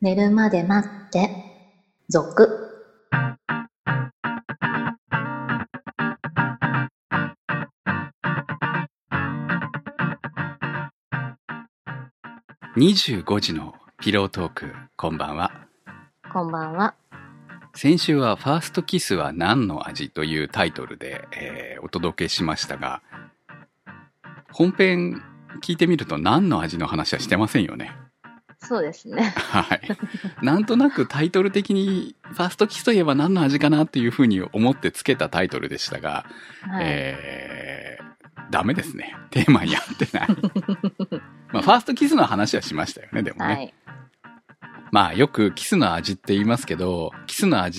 寝るまで待って、続。 25時のピロートーク、こんばんは。 こんばんは。 先週はファーストキスは何の味というタイトルで、お届けしましたが、本編聞いてみると何の味の話はしてませんよね。 そうですね。 はい。なんとなくタイトル的にファーストキスといえば何の味かなっていうふうに思ってつけたタイトルでしたが、 はい、 ダメですね。テーマに合ってない。まあ、ファーストキスの話はしましたよね、でもね。はい、まあ、よくキスの味って言いますけど、キスの味って、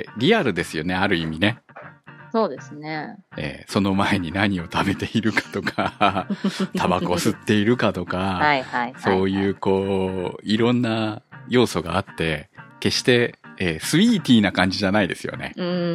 リアルですよね、ある意味ね。 そうですね。 その前に何を食べているかとか、タバコ吸っているかとか、はいはいはいはい、そういうこう、いろんな要素があって、決して、スイーティーな感じじゃないですよね。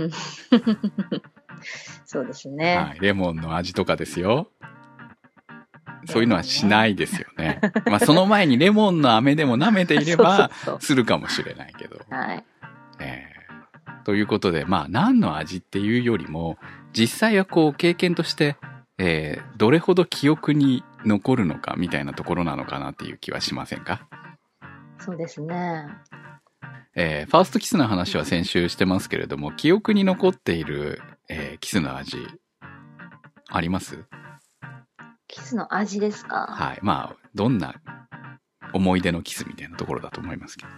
そうですね。 はい、レモンの味とかですよ。そういうのはしないですよね。まあその前にレモンの飴でも舐めていればするかもしれないけど。はい。ということで、まあ何の味っていうよりも、実際はこう経験として、どれほど記憶に残るのかみたいなところなのかなっていう気はしませんか？ そうですね。 ファーストキスの話は先週してますけれども、記憶に残っている、キスの味、あります？ キスの味ですか？ はい。まあ、どんな思い出のキスみたいなところだと思いますけど。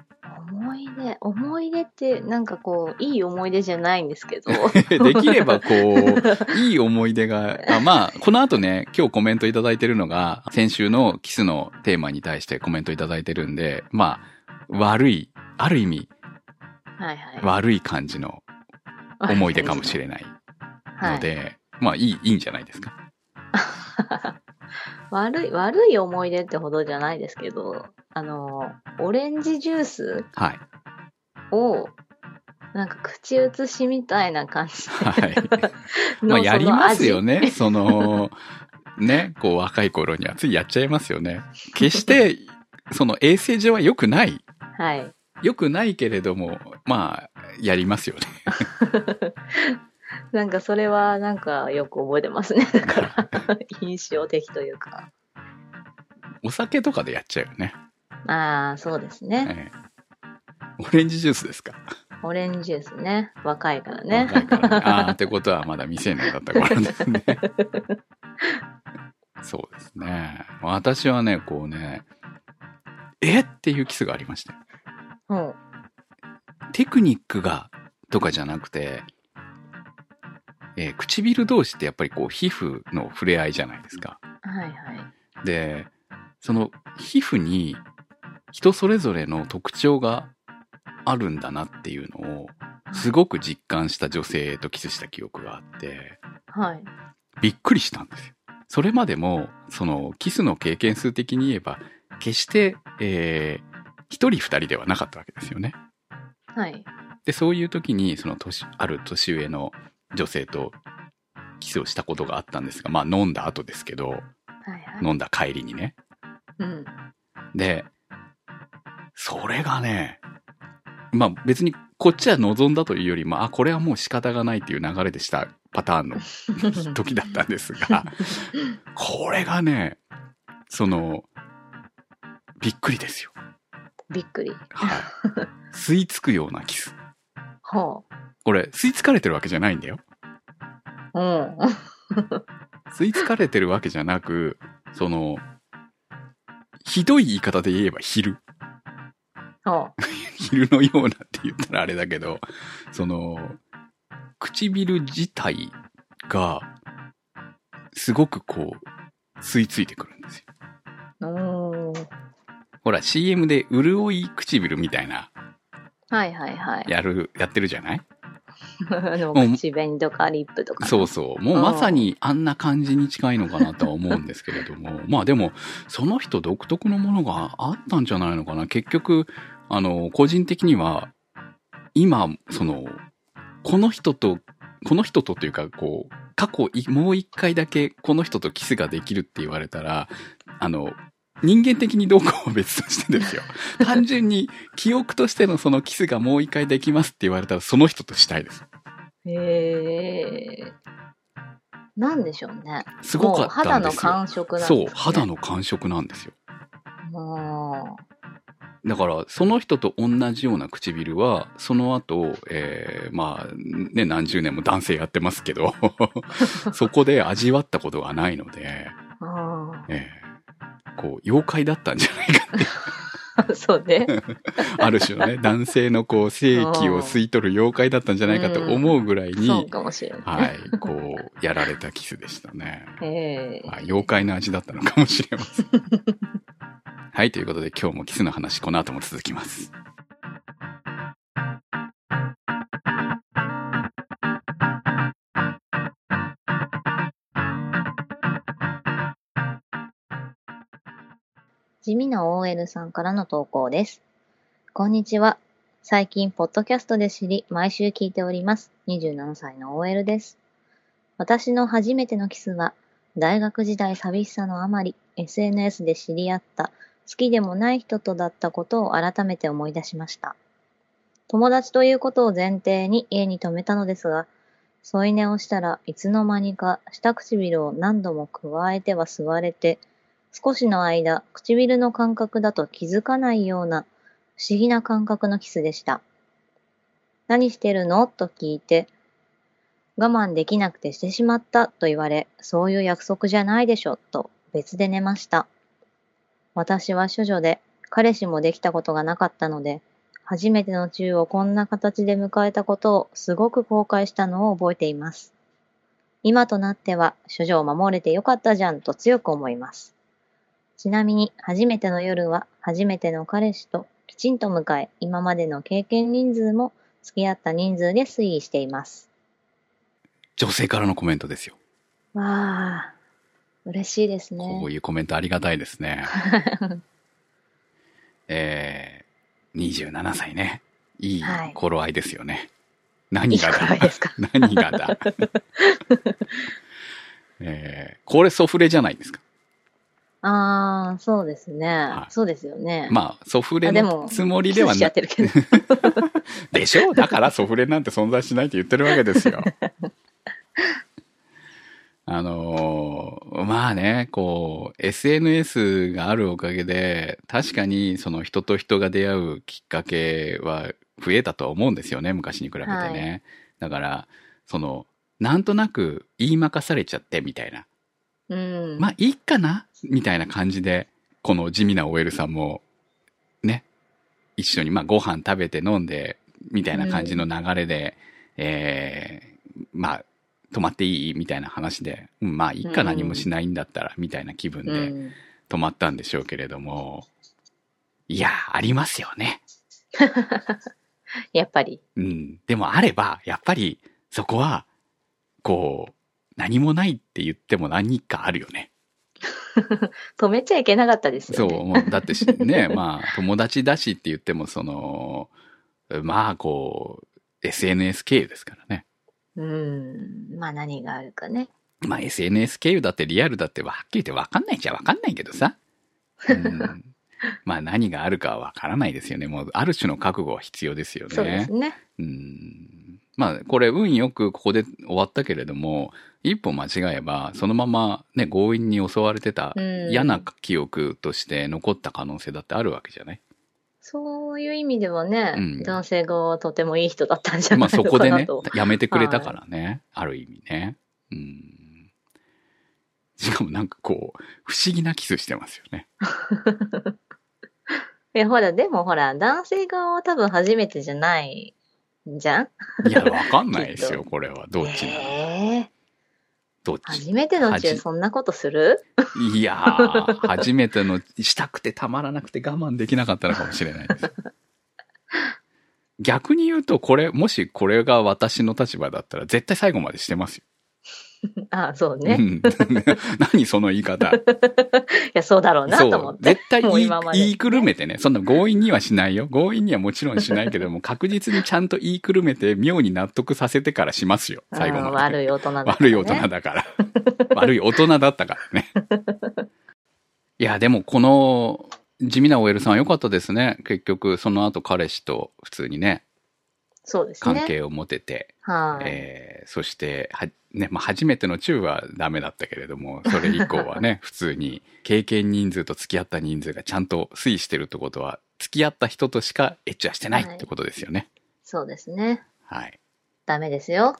思い出ってなんかこういい思い出じゃないんですけどできればこういい思い出がまあこの後ね、今日コメントいただいてるのが先週のキスのテーマに対してコメントいただいてるんで、まあある意味、はいはい、悪い感じの思い出かもしれないので、はい、まあいいんじゃないですか。 悪い思い出ってほどじゃないですけど、オレンジジュースを、なんか口移しみたいな感じで、はい、 まあやりますよね。ね、こう若い頃にはついやっちゃいますよね。決してその衛生上は良くない。はい。良くないけれども、まあやりますよね。 なんかそれはなんかよく覚えてますね。だから印象的というか。 お酒とかでやっちゃうよね。 ああ、そうですね、 オレンジジュースですか？ オレンジジュースね。若いからね。 若いからね。ああ、ってことはまだ未成年だった頃ですね。そうですね。私はね、こうね、っていうキスがありましたよ。テクニックがとかじゃなくて、唇同士ってやっぱりこう皮膚の触れ合いじゃないですか。はいはい。で、その皮膚に人それぞれの特徴があるんだなっていうのをすごく実感した女性とキスした記憶があって、はい。びっくりしたんですよ。それまでもそのキスの経験数的に言えば決して、一人二人ではなかったわけですよね。はい。で、そういう時にそのある年上の女性とキスをしたことがあったんですが、まあ飲んだ後ですけど、はいはい、飲んだ帰りにね。うん。で、それがね、まあ別にこっちは望んだというよりも、これはもう仕方がないっていう流れでしたパターンの時だったんですが、これがね、びっくりですよ。びっくり。はい。吸い付くようなキス。はあ。これ、吸い付かれてるわけじゃないんだよ。うん。吸い付かれてるわけじゃなく、ひどい言い方で言えば昼。はあ。昼のようなって言ったらあれだけど、唇自体が、すごくこう、吸い付いてくるんですよ。ほら、CM で潤い唇みたいな。はいはいはい。やってるじゃない？口紅とかリップとか。そうそう。もうまさにあんな感じに近いのかなとは思うんですけれども。まあでも、その人独特のものがあったんじゃないのかな。結局、個人的には、今、この人とというか、こう、過去もう一回だけこの人とキスができるって言われたら、 人間的にどうかは別としてですよ。単純に記憶としてのそのキスがもう一回できますって言われたらその人としたいです。 なんでしょうね。 すごかったんですよ。 肌の感触なんですね。 そう、肌の感触なんですよ。だからその人と同じような唇はその後、まあね、何十年も男性やってますけどそこで味わったことがないので、こう妖怪だったんじゃないかってそうねある種のね、男性のこう性器を吸い取る妖怪だったんじゃないかと思うぐらいに、 そうかもしれない、 はい、こうやられたキスでしたね。妖怪の味だったのかもしれませんはい、ということで今日もキスの話、この後も続きます。 地味な OL さんからの投稿です。こんにちは。最近、ポッドキャストで知り、毎週聞いております。27歳の OL です。私の初めてのキスは、大学時代寂しさのあまり、SNS で知り合った好きでもない人とだったことを改めて思い出しました。友達ということを前提に家に泊めたのですが、添い寝をしたらいつの間にか下唇を何度も加えては吸われて、少しの間、唇の感覚だと気づかないような不思議な感覚のキスでした。何してるのと聞いて、我慢できなくてしてしまったと言われ、そういう約束じゃないでしょと別で寝ました。私は処女で、彼氏もできたことがなかったので、初めてのチューをこんな形で迎えたことをすごく後悔したのを覚えています。今となっては、処女を守れてよかったじゃんと強く思います。ちなみに、初めての夜は、初めての彼氏ときちんと迎え、今までの経験人数も付き合った人数で推移しています。 女性からのコメントですよ。 わあ、嬉しいですね。 こういうコメントありがたいですね。27歳ね。いい頃合いですよね。はい、何がだ。 いい頃合いですか。 何がだ。これソフレじゃないですか。 ああ、そうですね、はい。そうですよね。 まあ、ソフレのつもりではない。でしょ？だからソフレなんて存在しないって言ってるわけですよ。まあね、こう、SNS があるおかげで、確かにその人と人が出会うきっかけは増えたとは思うんですよね、昔に比べてね。はい、だから、なんとなく言いまかされちゃってみたいな。まあいいかなみたいな感じで、この地味な OL さんも、ね、一緒にまあご飯食べて飲んで、みたいな感じの流れで、まあ、泊まっていいみたいな話で、まあいいか何もしないんだったら、みたいな気分で泊まったんでしょうけれども、いや、ありますよね。 やっぱり。 でもあれば、やっぱりそこは、こう、何もないって言っても何かあるよね。 止めちゃいけなかったですよね。 そう、もうだってね、まあ友達だしって言ってもまあこう SNS 経由ですからね。 まあ何があるかね。 まあ SNS 経由だってリアルだってはっきり言って分かんないっちゃ分かんないけどさ。まあ何があるかは分からないですよね。もうある種の覚悟は必要ですよね。 そうですね。 まあこれ運よくここで終わったけれども、一歩間違えばそのままね強引に襲われてた嫌な記憶として残った可能性だってあるわけじゃない。 そういう意味ではね、男性側はとてもいい人だったんじゃないのかなと。 まあそこでね、やめてくれたからね、はい、ある意味ね。しかもなんかこう、不思議なキスしてますよね。 いや、でもほら、男性側は多分初めてじゃないんじゃん？ いや、わかんないですよ、これは。どっちなの？どっち？ 初めてのうちそんなことする？ いやー、初めての、したくてたまらなくて我慢できなかったのかもしれないです。逆に言うと、もしこれが私の立場だったら絶対最後までしてますよ。 ああ、そうね。 何その言い方。いや、そうだろうなと思って。 絶対言いくるめてね。そんな強引にはしないよ。強引にはもちろんしないけども、確実にちゃんと言いくるめて、妙に納得させてからしますよ。最後まで。 悪い大人だから、ね。 悪い大人だから。悪い大人だったからね。 いや、でもこの地味な OL さんは良かったですね。結局、その後彼氏と普通にね、 そうですね。 関係を持てて、 はい、 そして初めてのチューはダメだったけれども、それ以降はね、普通に経験人数と付き合った人数がちゃんと推移してるってことは、付き合った人としかエッチはしてないってことですよね。 そうですね。 はい。 ダメですよ。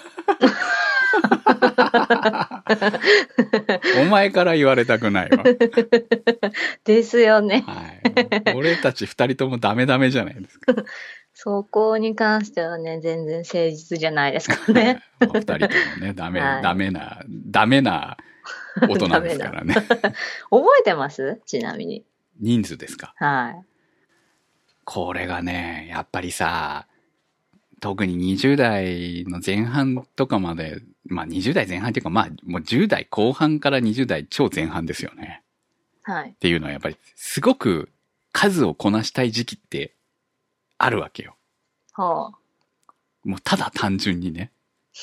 お前から言われたくないわ。 ですよね。 はい。俺たち二人ともダメダメじゃないですか。 そこに関してはね、全然誠実じゃないですかね。 二人ともね、ダメな大人ですからね。覚えてます？ちなみに。 人数ですか？ はい。 これがね、やっぱりさ、特に20代の前半とかまで、まあ20代前半っていうか、まあもう10代後半から20代超前半ですよね。 はい。 っていうのはやっぱりすごく数をこなしたい時期ってあるわけよ。 はあ。 もうただ単純にね。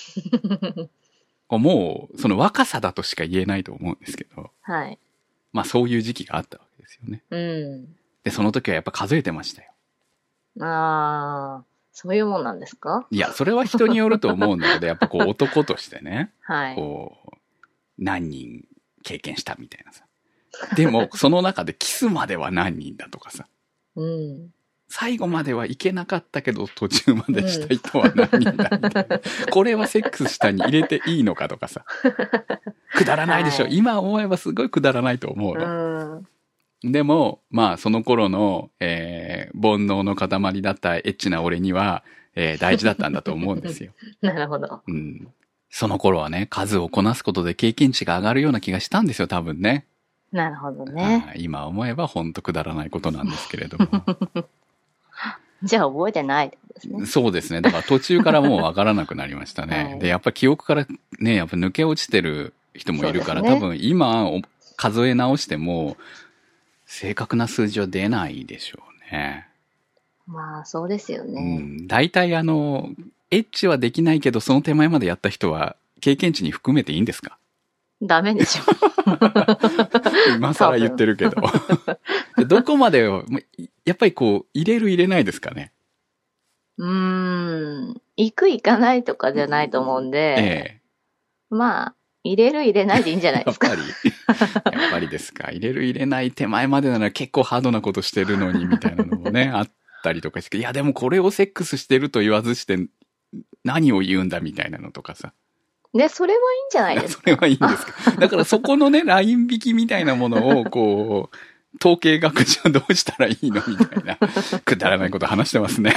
もうその若さだとしか言えないと思うんですけど。 はい。 まあそういう時期があったわけですよね。 うん。 で、その時はやっぱ数えてましたよ。 ああ、そういうもんなんですか？ いや、それは人によると思うんだけど、やっぱこう男としてね。 はい。 こう、何人経験したみたいなさ。でも、その中でキスまでは何人だとかさ。 うん。 最後まではいけなかったけど途中までした人は何人だみたいな。これはセックスしたに入れていいのかとかさ。くだらないでしょ。はい、今思えばすごいくだらないと思うの。でも、まあその頃の、煩悩の塊だったエッチな俺には、大事だったんだと思うんですよ。 なるほど。 うん。その頃はね、数をこなすことで経験値が上がるような気がしたんですよ、多分ね。 なるほどね。 今思えばほんとくだらないことなんですけれども。 じゃあ覚えてないってことですね。 そうですね。だから途中からもうわからなくなりましたね。はい、で、やっぱ記憶からね、やっぱ抜け落ちてる人もいるから、ね、多分今数え直しても正確な数字は出ないでしょうね。 まあそうですよね。 うん。大体エッチはできないけどその手前までやった人は経験値に含めていいんですか？ ダメでしょ。 今更言ってるけど。どこまでを、やっぱりこう、入れる入れないですかね。 行く行かないとかじゃないと思うんで、まあ、入れる入れないでいいんじゃないですか。 やっぱりですか。入れる入れない手前までなら結構ハードなことしてるのに、みたいなのもね、あったりとかして、いやでもこれをセックスしてると言わずして、何を言うんだみたいなのとかさ。 ね、それはいいんじゃないですか。 それはいいんですか。だからそこのね、ライン引きみたいなものを、こう、統計学上どうしたらいいのみたいな、くだらないこと話してますね。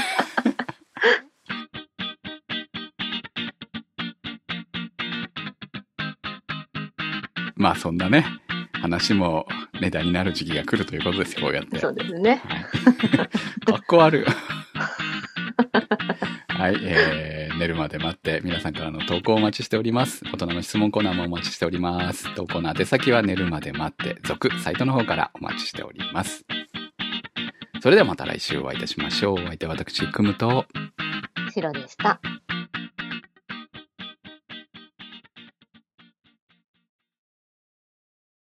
まあそんなね、話もネタになる時期が来るということですよ、こうやって。 そうですね。 はい、かっこ悪い。はい、寝るまで待って皆さんからの投稿をお待ちしております。大人の質問コーナーもお待ちしております。投稿の宛先は寝るまで待って続サイトの方からお待ちしております。それではまた来週お会いいたしましょう。お相手は私、くむとシロでした。